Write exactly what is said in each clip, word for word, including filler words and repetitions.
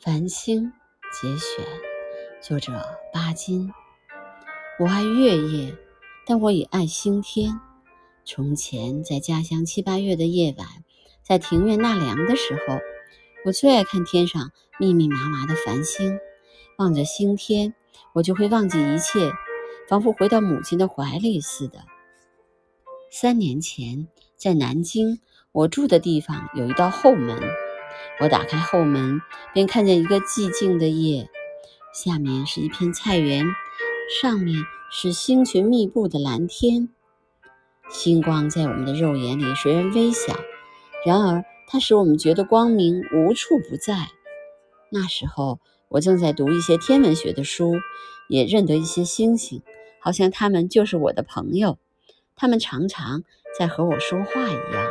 繁星节选，作者巴金。我爱月夜，但我也爱星天。从前在家乡七八月的夜晚，在庭院纳凉的时候，我最爱看天上密密麻麻的繁星。望着星天，我就会忘记一切，仿佛回到母亲的怀里似的。三年前，在南京，我住的地方有一道后门。我打开后门，便看见一个寂静的夜，下面是一片菜园，上面是星群密布的蓝天。星光在我们的肉眼里虽然微小，然而它使我们觉得光明无处不在。那时候我正在读一些天文学的书，也认得一些星星，好像他们就是我的朋友，他们常常在和我说话一样。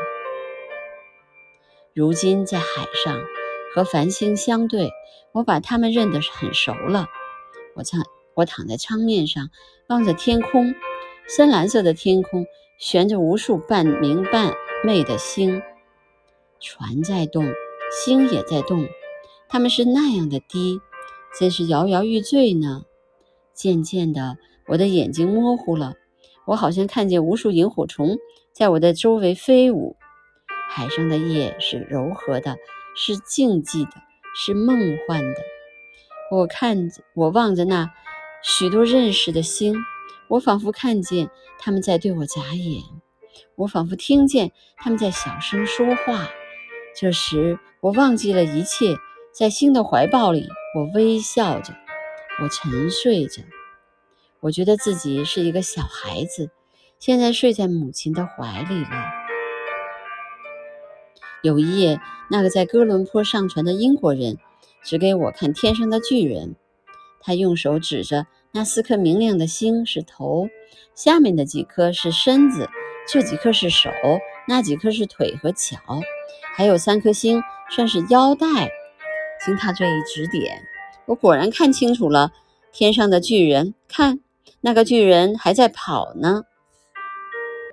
如今在海上和繁星相对，我把它们认得很熟了。我躺我躺在舱面上，望着天空，深蓝色的天空悬着无数半明半昧的星，船在动，星也在动，它们是那样的低，真是摇摇欲坠呢。渐渐的，我的眼睛模糊了，我好像看见无数萤火虫在我的周围飞舞。海上的夜是柔和的，是静寂的，是梦幻的。我看着，我望着那许多认识的星，我仿佛看见他们在对我眨眼，我仿佛听见他们在小声说话。这时我忘记了一切，在星的怀抱里，我微笑着，我沉睡着。我觉得自己是一个小孩子，现在睡在母亲的怀里了。有一夜，那个在哥伦坡上船的英国人指给我看天上的巨人，他用手指着那四颗明亮的星是头，下面的几颗是身子，这几颗是手，那几颗是腿和脚，还有三颗星算是腰带。经他这一指点，我果然看清楚了天上的巨人，看，那个巨人还在跑呢。